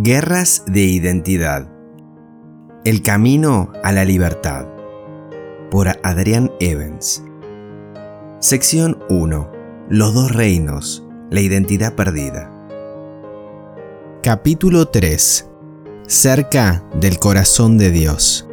Guerras de identidad. El camino a la libertad. Por Adrian Evans. Sección 1. Los dos reinos. La identidad perdida. Capítulo 3. Cerca del corazón de Dios.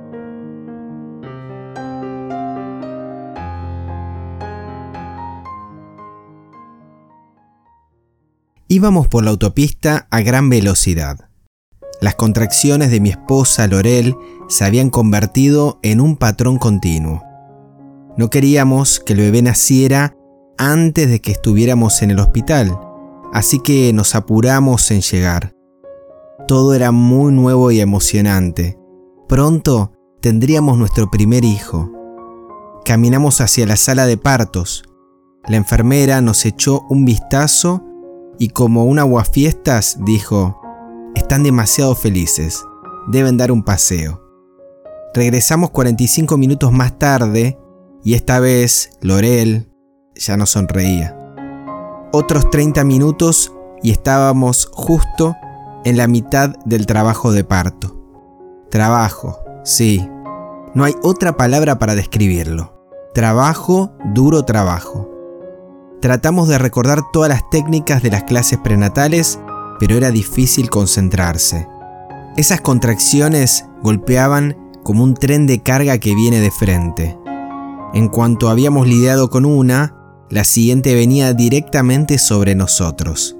Íbamos por la autopista a gran velocidad. Las contracciones de mi esposa Lorel se habían convertido en un patrón continuo. No queríamos que el bebé naciera antes de que estuviéramos en el hospital, así que nos apuramos en llegar. Todo era muy nuevo y emocionante. Pronto tendríamos nuestro primer hijo. Caminamos hacia la sala de partos. La enfermera nos echó un vistazo y como un aguafiestas dijo: «Están demasiado felices, deben dar un paseo». Regresamos 45 minutos más tarde y esta vez Lorel ya no sonreía. Otros 30 minutos y estábamos justo en la mitad del trabajo de parto. Trabajo, sí, no hay otra palabra para describirlo. Trabajo, duro trabajo. Tratamos de recordar todas las técnicas de las clases prenatales, pero era difícil concentrarse. Esas contracciones golpeaban como un tren de carga que viene de frente. En cuanto habíamos lidiado con una, la siguiente venía directamente sobre nosotros.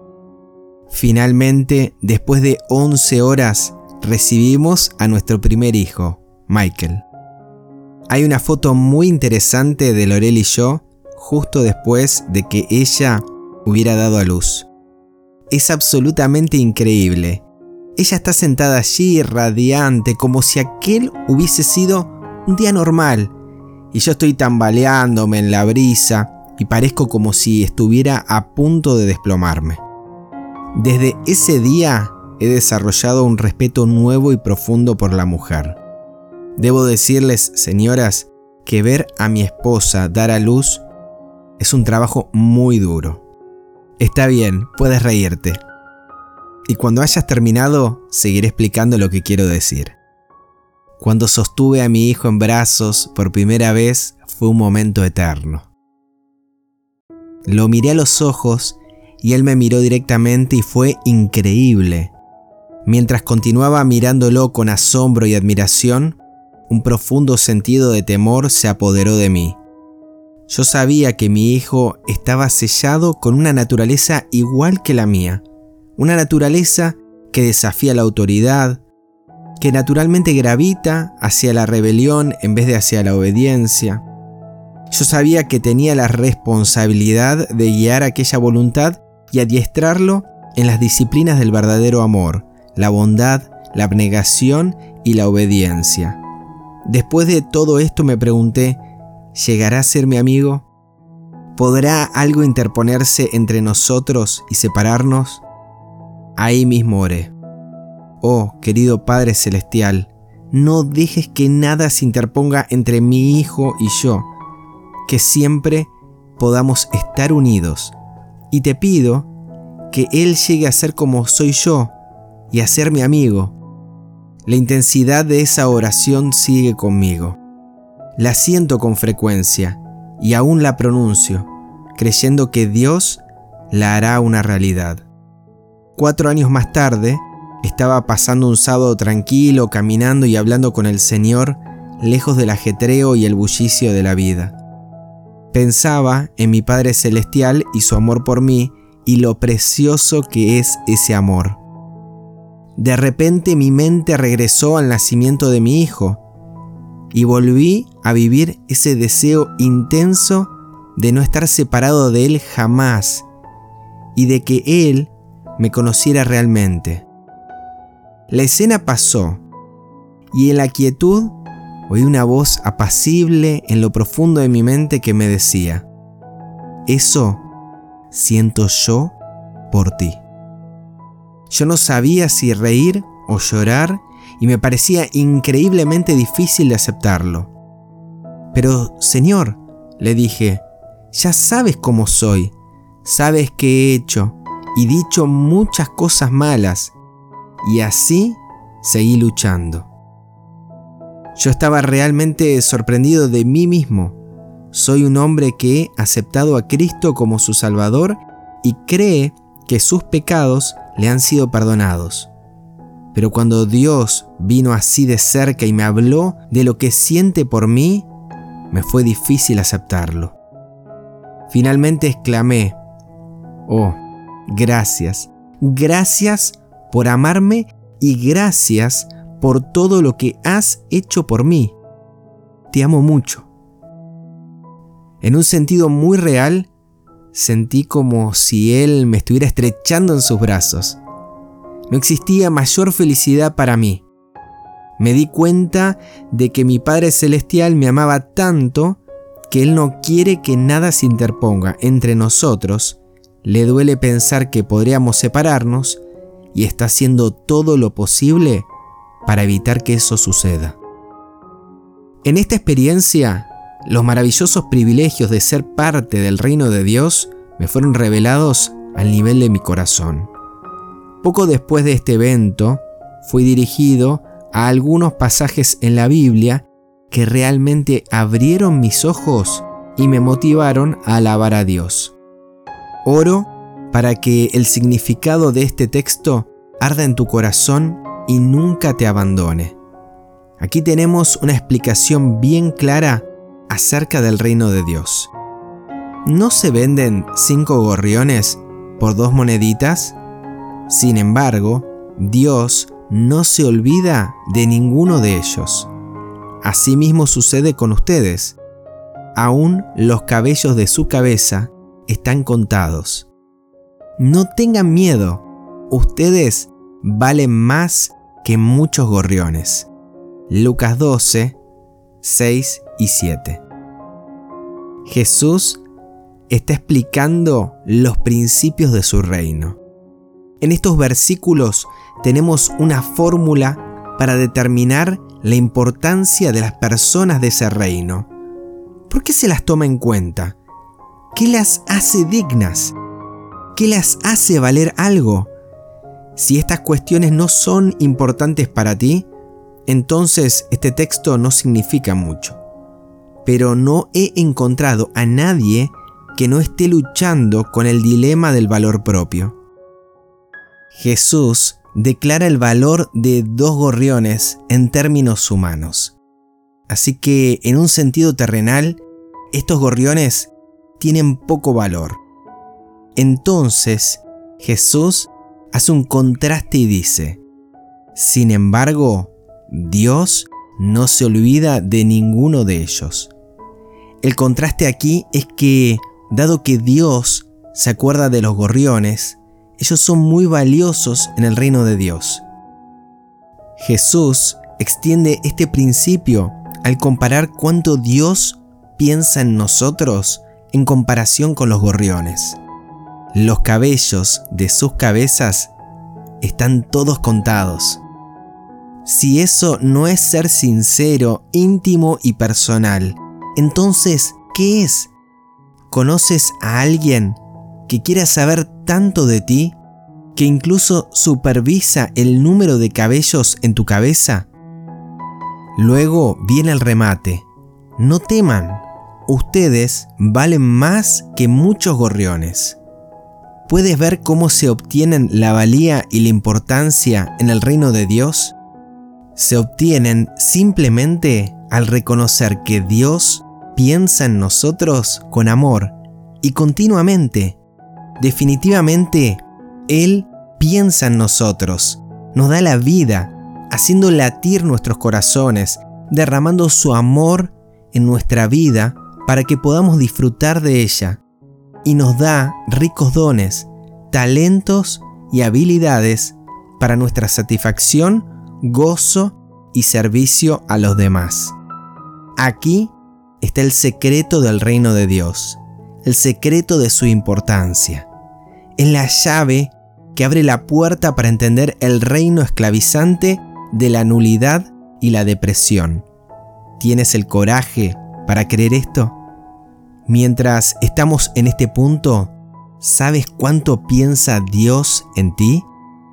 Finalmente, después de 11 horas, recibimos a nuestro primer hijo, Michael. Hay una foto muy interesante de Lorel y yo justo después de que ella hubiera dado a luz. Es absolutamente increíble. Ella está sentada allí, radiante, como si aquel hubiese sido un día normal. Y yo estoy tambaleándome en la brisa y parezco como si estuviera a punto de desplomarme. Desde ese día he desarrollado un respeto nuevo y profundo por la mujer. Debo decirles, señoras, que ver a mi esposa dar a luz es un trabajo muy duro. Está bien, puedes reírte. Y cuando hayas terminado, seguiré explicando lo que quiero decir. Cuando sostuve a mi hijo en brazos por primera vez, fue un momento eterno. Lo miré a los ojos y él me miró directamente y fue increíble. Mientras continuaba mirándolo con asombro y admiración, un profundo sentido de temor se apoderó de mí. Yo sabía que mi hijo estaba sellado con una naturaleza igual que la mía, una naturaleza que desafía la autoridad, que naturalmente gravita hacia la rebelión en vez de hacia la obediencia. Yo sabía que tenía la responsabilidad de guiar aquella voluntad y adiestrarlo en las disciplinas del verdadero amor, la bondad, la abnegación y la obediencia. Después de todo esto me pregunté: ¿llegará a ser mi amigo? ¿Podrá algo interponerse entre nosotros y separarnos? Ahí mismo oré: oh, querido Padre Celestial, no dejes que nada se interponga entre mi hijo y yo, que siempre podamos estar unidos. Y te pido que él llegue a ser como soy yo y a ser mi amigo. La intensidad de esa oración sigue conmigo. La siento con frecuencia y aún la pronuncio, creyendo que Dios la hará una realidad. 4 años más tarde, estaba pasando un sábado tranquilo, caminando y hablando con el Señor, lejos del ajetreo y el bullicio de la vida. Pensaba en mi Padre Celestial y su amor por mí y lo precioso que es ese amor. De repente mi mente regresó al nacimiento de mi hijo y volví a vivir ese deseo intenso de no estar separado de él jamás y de que él me conociera realmente. La escena pasó y en la quietud oí una voz apacible en lo profundo de mi mente que me decía: eso siento yo por ti. Yo no sabía si reír o llorar y me parecía increíblemente difícil de aceptarlo. Pero, Señor, le dije, ya sabes cómo soy, sabes que he hecho y dicho muchas cosas malas y así seguí luchando. Yo estaba realmente sorprendido de mí mismo. Soy un hombre que he aceptado a Cristo como su Salvador y cree que sus pecados le han sido perdonados. Pero cuando Dios vino así de cerca y me habló de lo que siente por mí, me fue difícil aceptarlo. Finalmente exclamé: «Oh, gracias, gracias por amarme y gracias por todo lo que has hecho por mí. Te amo mucho». En un sentido muy real, sentí como si Él me estuviera estrechando en sus brazos. No existía mayor felicidad para mí. Me di cuenta de que mi Padre Celestial me amaba tanto que Él no quiere que nada se interponga entre nosotros. Le duele pensar que podríamos separarnos y está haciendo todo lo posible para evitar que eso suceda. En esta experiencia, los maravillosos privilegios de ser parte del reino de Dios me fueron revelados al nivel de mi corazón. Poco después de este evento, fui dirigido a algunos pasajes en la Biblia que realmente abrieron mis ojos y me motivaron a alabar a Dios. Oro para que el significado de este texto arda en tu corazón y nunca te abandone. Aquí tenemos una explicación bien clara acerca del reino de Dios. ¿No se venden 5 gorriones por 2 moneditas? Sin embargo, Dios no se olvida de ninguno de ellos. Asimismo sucede con ustedes. Aún los cabellos de su cabeza están contados. No tengan miedo, ustedes valen más que muchos gorriones. Lucas 12, 6 y 7. Jesús está explicando los principios de su reino. En estos versículos tenemos una fórmula para determinar la importancia de las personas de ese reino. ¿Por qué se las toma en cuenta? ¿Qué las hace dignas? ¿Qué las hace valer algo? Si estas cuestiones no son importantes para ti, entonces este texto no significa mucho. Pero no he encontrado a nadie que no esté luchando con el dilema del valor propio. Jesús declara el valor de 2 gorriones en términos humanos. Así que, en un sentido terrenal, estos gorriones tienen poco valor. Entonces, Jesús hace un contraste y dice: «Sin embargo, Dios no se olvida de ninguno de ellos». El contraste aquí es que, dado que Dios se acuerda de los gorriones, ellos son muy valiosos en el reino de Dios. Jesús extiende este principio al comparar cuánto Dios piensa en nosotros en comparación con los gorriones. Los cabellos de sus cabezas están todos contados. Si eso no es ser sincero, íntimo y personal, entonces, ¿qué es? ¿Conoces a alguien que quiera saber tanto de ti que incluso supervisa el número de cabellos en tu cabeza? Luego viene el remate. No teman, ustedes valen más que muchos gorriones. ¿Puedes ver cómo se obtienen la valía y la importancia en el reino de Dios? Se obtienen simplemente al reconocer que Dios piensa en nosotros con amor y continuamente. Definitivamente, Él piensa en nosotros, nos da la vida, haciendo latir nuestros corazones, derramando su amor en nuestra vida para que podamos disfrutar de ella, y nos da ricos dones, talentos y habilidades para nuestra satisfacción, gozo y servicio a los demás. Aquí está el secreto del reino de Dios, el secreto de su importancia. Es la llave que abre la puerta para entender el reino esclavizante de la nulidad y la depresión. ¿Tienes el coraje para creer esto? Mientras estamos en este punto, ¿sabes cuánto piensa Dios en ti?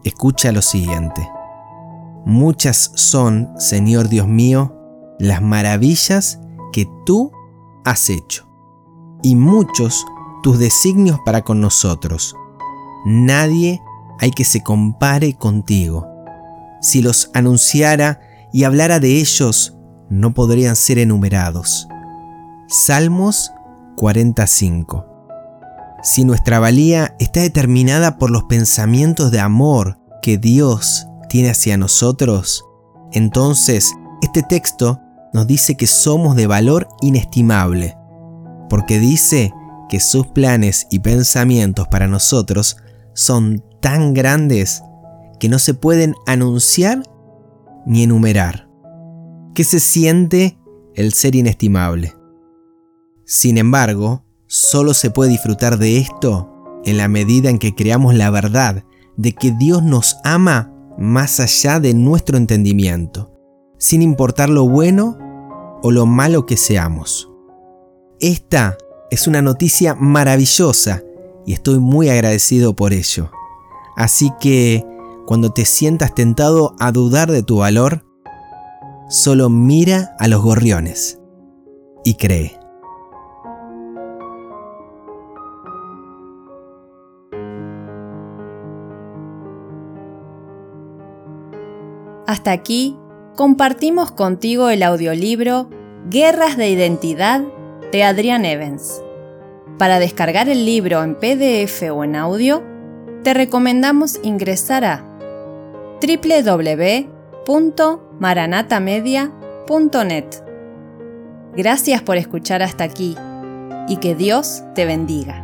escucha lo siguiente. Muchas son, Señor Dios mío, las maravillas que tú has hecho, y muchos tus designios para con nosotros. Nadie hay que se compare contigo. Si los anunciara y hablara de ellos, no podrían ser enumerados. Salmos 45. Si nuestra valía está determinada por los pensamientos de amor que Dios tiene hacia nosotros, entonces este texto nos dice que somos de valor inestimable, porque dice que sus planes y pensamientos para nosotros son tan grandes que no se pueden anunciar ni enumerar. ¿Qué se siente el ser inestimable? Sin embargo, solo se puede disfrutar de esto en la medida en que creamos la verdad de que Dios nos ama más allá de nuestro entendimiento, sin importar lo bueno o lo malo que seamos. Esta es una noticia maravillosa y estoy muy agradecido por ello. Así que, cuando te sientas tentado a dudar de tu valor, solo mira a los gorriones y cree. Hasta aquí compartimos contigo el audiolibro Guerras de Identidad de Adrian Evans. Para descargar el libro en PDF o en audio, te recomendamos ingresar a www.maranatamedia.net. Gracias por escuchar hasta aquí y que Dios te bendiga.